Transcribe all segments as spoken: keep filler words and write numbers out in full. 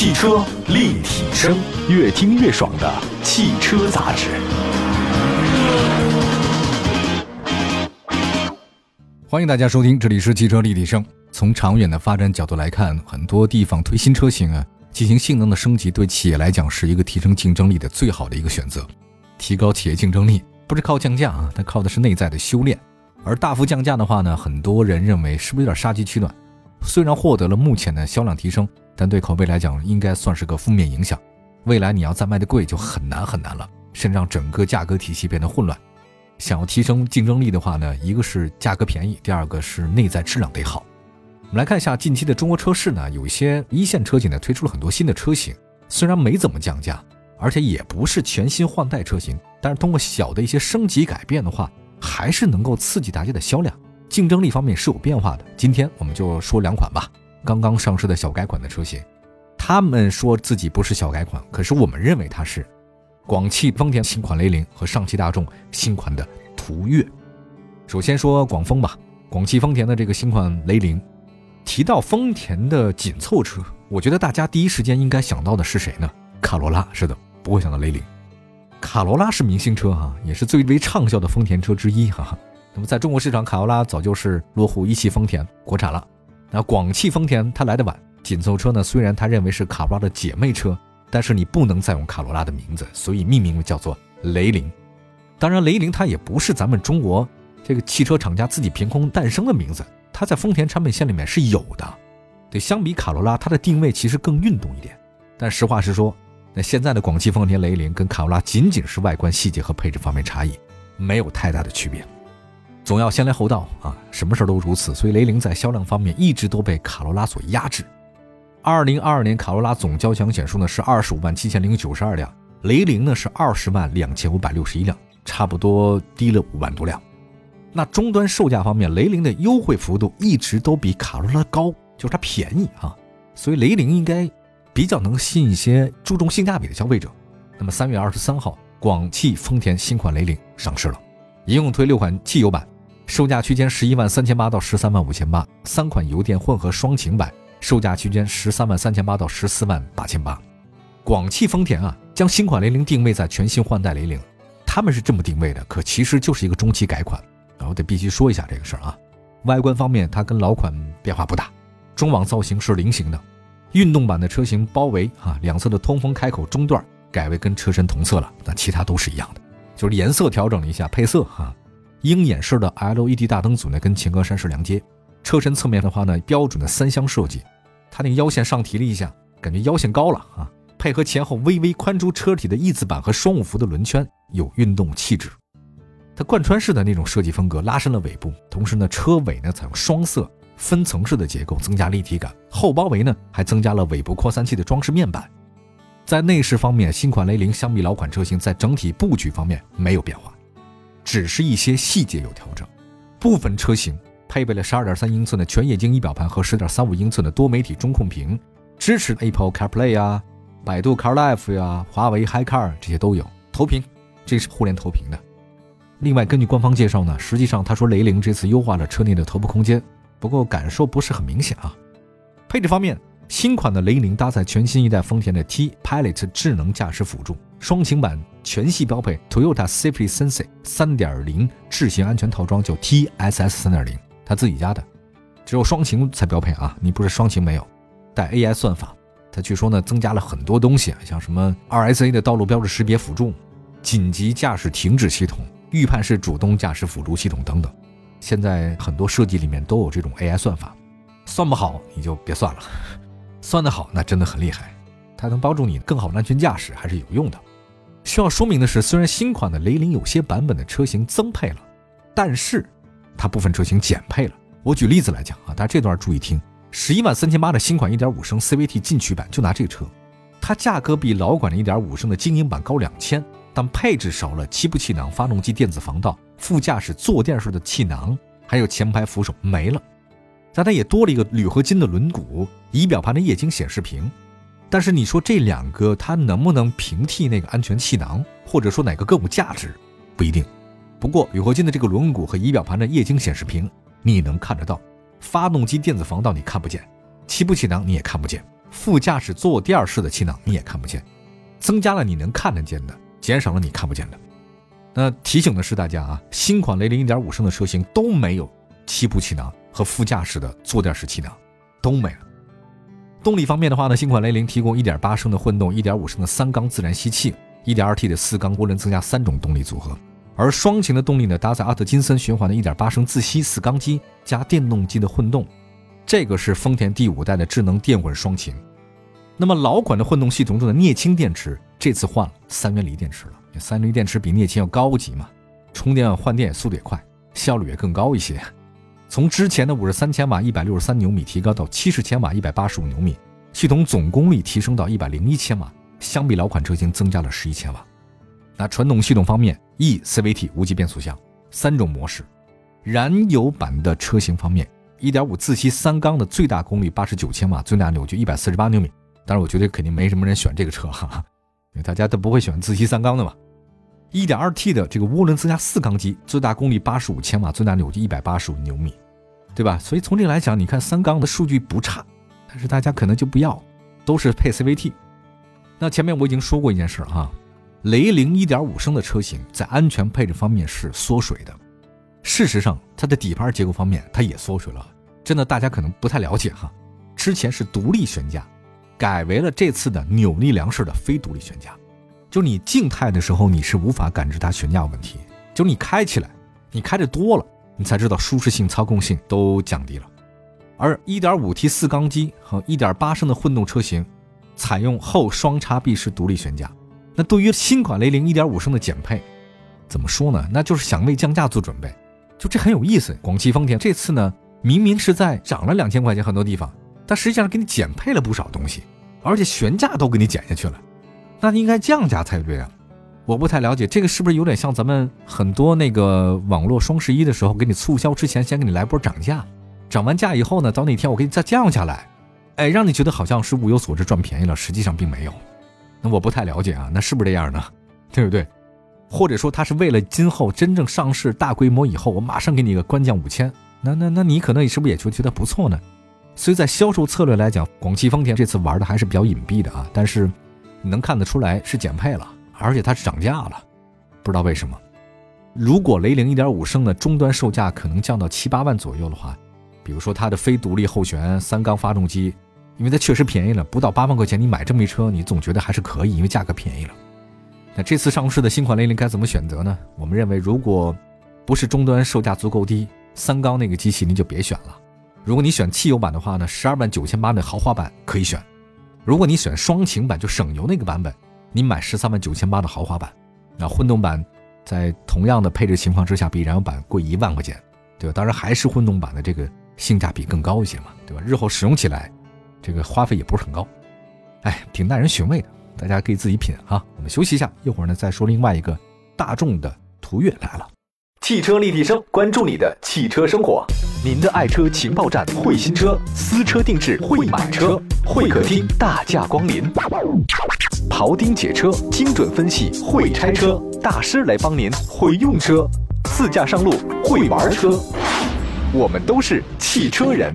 汽车立体声，越听越爽的汽车杂志。 欢迎大家收听，这里是汽车立体声。从长远的发展角度来看，很多地方推新车型啊，进行性能的升级，对企业来讲是一个提升竞争力的最好的一个选择。提高企业竞争力不是靠降价啊，它靠的是内在的修炼。而大幅降价的话呢，很多人认为是不是有点杀鸡取暖？虽然获得了目前的销量提升，但对口碑来讲应该算是个负面影响。未来你要再卖得贵就很难很难了，甚至让整个价格体系变得混乱。想要提升竞争力的话呢，一个是价格便宜，第二个是内在质量得好。我们来看一下近期的中国车市呢，有一些一线车企呢推出了很多新的车型，虽然没怎么降价，而且也不是全新换代车型，但是通过小的一些升级改变的话，还是能够刺激大家的销量，竞争力方面是有变化的。今天我们就说两款吧，刚刚上市的小改款的车型，他们说自己不是小改款，可是我们认为它是。广汽丰田新款雷凌和上汽大众新款的途岳。首先说广丰吧，广汽丰田的这个新款雷凌。提到丰田的紧凑车，我觉得大家第一时间应该想到的是谁呢？卡罗拉，是的，不会想到雷凌。卡罗拉是明星车哈，也是最为畅销的丰田车之一哈。那么在中国市场，卡罗拉早就是落户一汽丰田国产了。那广汽丰田它来得晚，紧凑车呢，虽然它认为是卡罗拉的姐妹车，但是你不能再用卡罗拉的名字，所以命名叫做雷凌。当然雷凌它也不是咱们中国这个汽车厂家自己凭空诞生的名字，它在丰田产品线里面是有的。对，相比卡罗拉，它的定位其实更运动一点。但实话实说，那现在的广汽丰田雷凌跟卡罗拉仅仅是外观细节和配置方面差异，没有太大的区别。总要先来后到啊，什么事都如此，所以雷凌在销量方面一直都被卡罗拉所压制。二零二二年卡罗拉总交强险数呢是二十五万七千零九十二辆，雷凌呢是二十万两千五百六十一辆，差不多低了五万多辆。那终端售价方面，雷凌的优惠幅度一直都比卡罗拉高，就是它便宜啊，所以雷凌应该比较能吸引一些注重性价比的消费者。那么三月二十三号，广汽丰田新款雷凌上市了，一共推六款汽油版，售价区间十一万三千八到十三万五千八，三款油电混合双擎版，售价区间十三万三千八到十四万八千八。广汽丰田啊，将新款雷凌定位在全新换代雷凌，他们是这么定位的，可其实就是一个中期改款。我得必须说一下这个事儿啊，外观方面它跟老款变化不大，中网造型是菱形的，运动版的车型包围啊，两侧的通风开口中段改为跟车身同色了，但其他都是一样的，就是颜色调整了一下配色啊。鹰眼式的 L E D 大灯组呢跟前格栅是连接，车身侧面的话呢标准的三厢设计，它那个腰线上提了一下，感觉腰线高了啊，配合前后微微宽出车体的翼子板和双五幅的轮圈，有运动气质。它贯穿式的那种设计风格拉伸了尾部，同时呢车尾呢采用双色分层式的结构，增加立体感，后包围呢还增加了尾部扩散器的装饰面板。在内饰方面，新款雷凌相比老款车型在整体布局方面没有变化，只是一些细节有调整。部分车型配备了 十二点三英寸的全液晶仪表盘和 十点三五英寸的多媒体中控屏，支持 Apple CarPlay 啊、百度 CarLife 啊、华为 HiCar 这些都有。投屏，这是互联投屏的。另外根据官方介绍呢，实际上他说雷凌这次优化了车内的头部空间，不过感受不是很明显啊。配置方面，新款的雷凌搭载全新一代丰田的 T-Pilot 智能驾驶辅助，双擎版全系标配 Toyota Safety Sense 三点零 智行安全套装，就 T S S 三点零， 他自己家的，只有双擎才标配啊，你不是双擎没有。带 A I 算法，他据说呢增加了很多东西，像什么 R S A 的道路标志识别辅助、紧急驾驶停止系统、预判式主动驾驶辅助系统等等。现在很多设计里面都有这种 A I 算法，算不好你就别算了，算得好那真的很厉害，它能帮助你更好的安全驾驶还是有用的。需要说明的是，虽然新款的雷凌有些版本的车型增配了，但是它部分车型减配了。我举例子来讲啊，大家这段注意听，十一万三千八的新款 一点五升 C V T 进取版，就拿这个车，它价格比老款的 一点五升的精英版高两千，但配置少了七步气囊、发动机电子防盗、副驾驶坐垫式的气囊，还有前排扶手没了。但它也多了一个铝合金的轮毂、仪表盘的液晶显示屏。但是你说这两个它能不能平替那个安全气囊，或者说哪个更有价值，不一定。不过铝合金的这个轮毂和仪表盘的液晶显示屏你能看得到，发动机电子防盗你看不见，七步气囊你也看不见， 副驾驶坐垫式的气囊你也看不见，增加了你能看得见的，减少了你看不见的。那提醒的是大家啊，新款雷凌 一点五 升的车型都没有七部气囊和副驾驶的坐垫式气囊，都没了。动力方面的话呢，新款雷凌提供 一点八 升的混动 一点五 升的三缸自然吸气 一点二 T 的四缸涡轮增压三种动力组合，而双擎的动力呢，搭载阿特金森循环的 一点八 升自吸四缸机加电动机的混动，这个是丰田第五代的智能电混双擎。那么老款的混动系统中的镍氢电池这次换了三元锂电池了，三元锂电池比镍氢要高级嘛，充电换电速度也快，效率也更高一些。从之前的五十三千瓦一百六十三牛米提高到七十千瓦一百八十五牛米，系统总功率提升到一百零一千瓦，相比老款车型增加了十一千瓦。那传动系统方面 E C V T 无级变速箱，三种模式。燃油版的车型方面 一点五 自吸三缸的最大功率八十九千瓦，最大扭矩一百四十八牛米，当然我觉得肯定没什么人选这个车哈哈，因为大家都不会选自吸三缸的嘛。一点二 T 的这个涡轮增压四缸机，最大功率八十五千瓦，最大扭矩一百八十五牛米，对吧？所以从这来讲，你看三缸的数据不差，但是大家可能就不要，都是配 C V T。那前面我已经说过一件事哈，雷凌 一点五 升的车型在安全配置方面是缩水的，事实上它的底盘结构方面它也缩水了，真的大家可能不太了解哈。之前是独立悬架，改为了这次的扭力梁式的非独立悬架，就你静态的时候你是无法感知它悬架问题，就你开起来，你开的多了，你才知道舒适性操控性都降低了。而 一点五 T 四缸机和 一点八 升的混动车型采用后双叉臂式独立悬架，那对于新款雷凌 一点五 升的减配怎么说呢，那就是想为降价做准备，就这很有意思。广汽丰田这次呢明明是在涨了两千块钱很多地方，但实际上给你减配了不少东西，而且悬架都给你减下去了，那应该降价才对啊。我不太了解这个是不是有点像咱们很多那个网络双十一的时候给你促销之前先给你来波涨价，涨完价以后呢，到那天我给你再降下来，哎，让你觉得好像是物有所值赚便宜了，实际上并没有。那我不太了解啊，那是不是这样呢？对不对？或者说他是为了今后真正上市大规模以后，我马上给你一个官降五千，那那那你可能是不是也就觉得不错呢？所以在销售策略来讲，广汽丰田这次玩的还是比较隐蔽的啊，但是你能看得出来是减配了，而且它是涨价了，不知道为什么。如果雷凌 一点五 升的终端售价可能降到七八万左右的话，比如说它的非独立后悬三缸发动机，因为它确实便宜了，不到八万块钱你买这么一车，你总觉得还是可以，因为价格便宜了。那这次上市的新款雷凌该怎么选择呢？我们认为如果不是终端售价足够低，三缸那个机器您就别选了。如果你选汽油版的话呢，十二万九千八的豪华版可以选。如果你选双擎版就省油那个版本，你买十三万九千八的豪华版。那混动版在同样的配置情况之下比燃油版贵一万块钱，对吧？当然还是混动版的这个性价比更高一些嘛，对吧？日后使用起来这个花费也不是很高，哎，挺耐人寻味的，大家可以自己品哈。我们休息一下，一会儿呢再说另外一个大众的途岳来了。 汽车立体声，关注你的汽车生活。您的爱车情报站，会新车，私车定制，会买车，会客厅大驾光临，庖丁解车，精准分析，会拆车大师来帮您会用车，自驾上路会玩车，我们都是汽车人。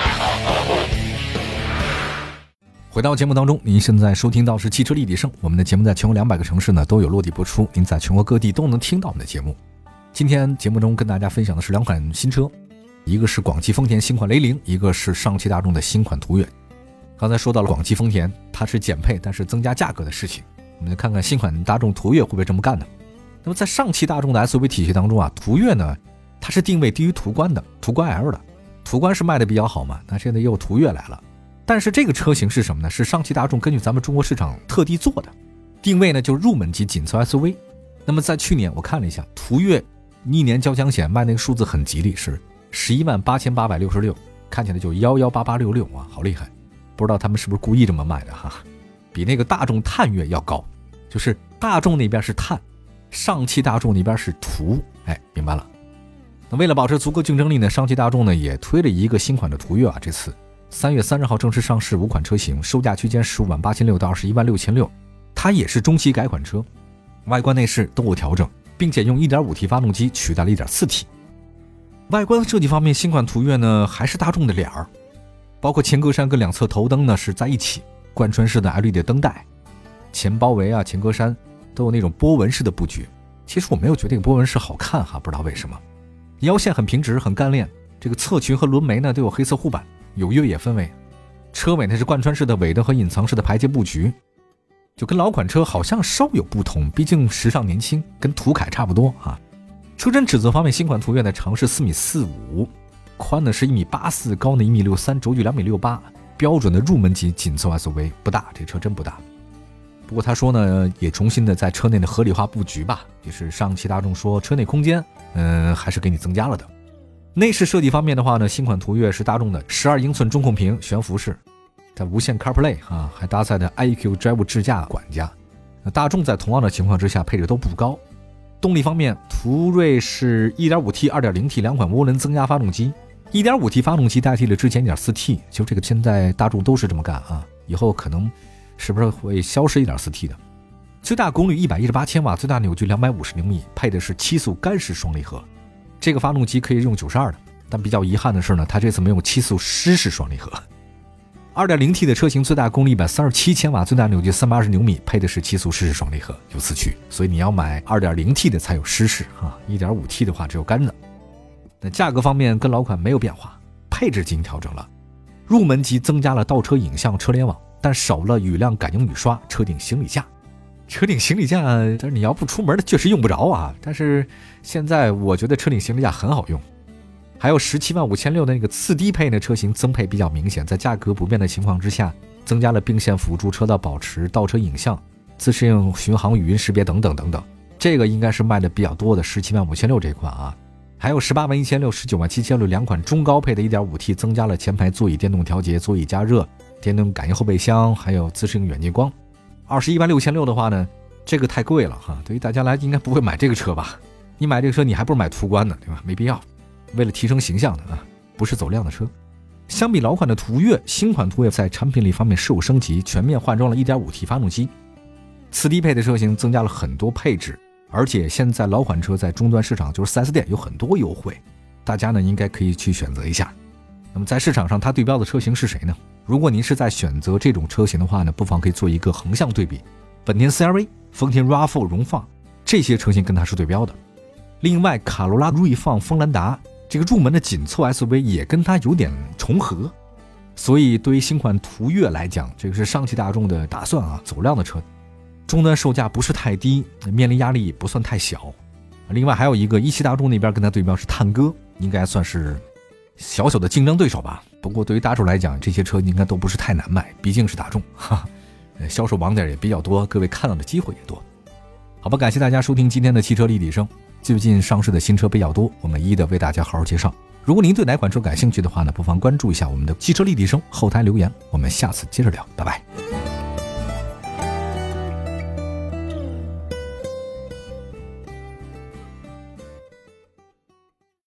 回到节目当中，您现在收听到是汽车立体声，我们的节目在全国两百个城市呢都有落地播出，您在全国各地都能听到我们的节目。今天节目中跟大家分享的是两款新车，一个是广汽丰田新款雷凌，一个是上汽大众的新款途岳。刚才说到了广汽丰田它是减配但是增加价格的事情，我们来看看新款大众途岳会不会这么干呢？那么在上汽大众的 S U V 体系当中啊，途岳呢它是定位低于途观的，途观 L 的，途观是卖的比较好嘛，那现在又途岳来了。但是这个车型是什么呢？是上汽大众根据咱们中国市场特地做的，定位呢就是入门级紧凑 S U V。 那么在去年我看了一下，途岳一年交强险卖那个数字很吉利，是十一万八千八百六十六，看起来就一一八八六六啊，好厉害！不知道他们是不是故意这么卖的哈？比那个大众探岳要高，就是大众那边是探，上汽大众那边是途，哎，明白了。那为了保持足够竞争力呢，上汽大众呢也推了一个新款的途岳啊，这次三月三十号正式上市，五款车型，售价区间十五万八千六到二十一万六千六，它也是中期改款车，外观内饰都有调整，并且用 一点五 T 发动机取代了 一点四 T。 外观设计方面，新款途岳呢还是大众的脸儿， 包括前格栅跟两侧头灯呢是在一起，贯穿式的 L E D 灯带，前包围啊、前格栅都有那种波纹式的布局。其实我没有觉得这个波纹式好看哈，不知道为什么。腰线很平直，很干练，这个侧裙和轮眉呢都有黑色护板，有越野氛围。车尾呢是贯穿式的尾灯和隐藏式的排气布局，就跟老款车好像稍有不同，毕竟时尚年轻，跟途凯差不多啊。车身尺寸方面，新款途岳呢长是四米四五，宽呢是一米八四，高呢一米六三，轴距两米六八，标准的入门级紧凑 S U V， 不大，这车真不大。不过他说呢，也重新的在车内的合理化布局吧，就是上汽大众说车内空间，嗯，还是给你增加了的。内饰设计方面的话呢，新款途岳是大众的十二英寸中控屏悬浮式，在无线 CarPlay 啊，还搭载的 I Q Drive 智驾管家。那大众在同样的情况之下配置都不高。动力方面，途锐是 一点五 T、二点零 T 两款涡轮增压发动机， 一点五 T 发动机代替了之前 一点四 T， 就这个现在大众都是这么干啊，以后可能是不是会消失 一点四 T 的。最大功率一百一十八千瓦，最大扭矩两百五十牛米，配的是七速干式双离合。这个发动机可以用九十二的，但比较遗憾的是呢，它这次没有七速湿式双离合。二点零 T 的车型最大功率一百三十七千瓦，最大扭矩三百二十牛米，配的是七速湿式双离合，有四驱，所以你要买 二点零 T 的才有湿式啊 ，一点五 T 的话只有干的。那价格方面跟老款没有变化，配置进行调整了。入门级增加了倒车影像、车联网，但少了雨量感应雨刷、车顶行李架。车顶行李架，但是你要不出门的确实用不着啊。但是现在我觉得车顶行李架很好用。还有十七万五千六的那个次低配的车型增配比较明显，在价格不变的情况之下，增加了并线辅助、车道保持、倒车影像、自适应巡航语音识别等等等等。这个应该是卖的比较多的十七万五千六这款啊。还有十八万一千六、十九万七千六两款中高配的 一点五 T， 增加了前排座椅电动调节、座椅加热、电动感应后备箱，还有自适应远近光。二十一万六千六的话呢，这个太贵了哈，对于大家来应该不会买这个车吧？你买这个车你还不如买途观呢，对吧？没必要，为了提升形象的啊，不是走量的车。相比老款的途岳，新款途岳在产品力方面是有升级，全面换装了 一点五 T 发动机，次低配的车型增加了很多配置，而且现在老款车在终端市场就是 四 S 店有很多优惠，大家呢应该可以去选择一下。那么在市场上它对标的车型是谁呢？如果您是在选择这种车型的话呢，不妨可以做一个横向对比，本田 C R V、 丰田 RAV 四 荣放这些车型跟它是对标的。另外卡罗拉、锐放、锋兰达这个入门的紧凑 S U V 也跟它有点重合，所以对于新款途岳来讲，这个是上汽大众的打算啊，走量的车，终端售价不是太低，面临压力也不算太小。另外还有一个一汽大众那边跟它对标是探歌，应该算是小小的竞争对手吧。不过对于大众来讲，这些车应该都不是太难卖，毕竟是大众，哈，销售网点也比较多，各位看到的机会也多。好吧，感谢大家收听今天的汽车立体声。最近上市的新车比较多，我们一一的为大家好好介绍。如果您对哪款车感兴趣的话呢，不妨关注一下我们的汽车立体声后台留言。我们下次接着聊，拜拜。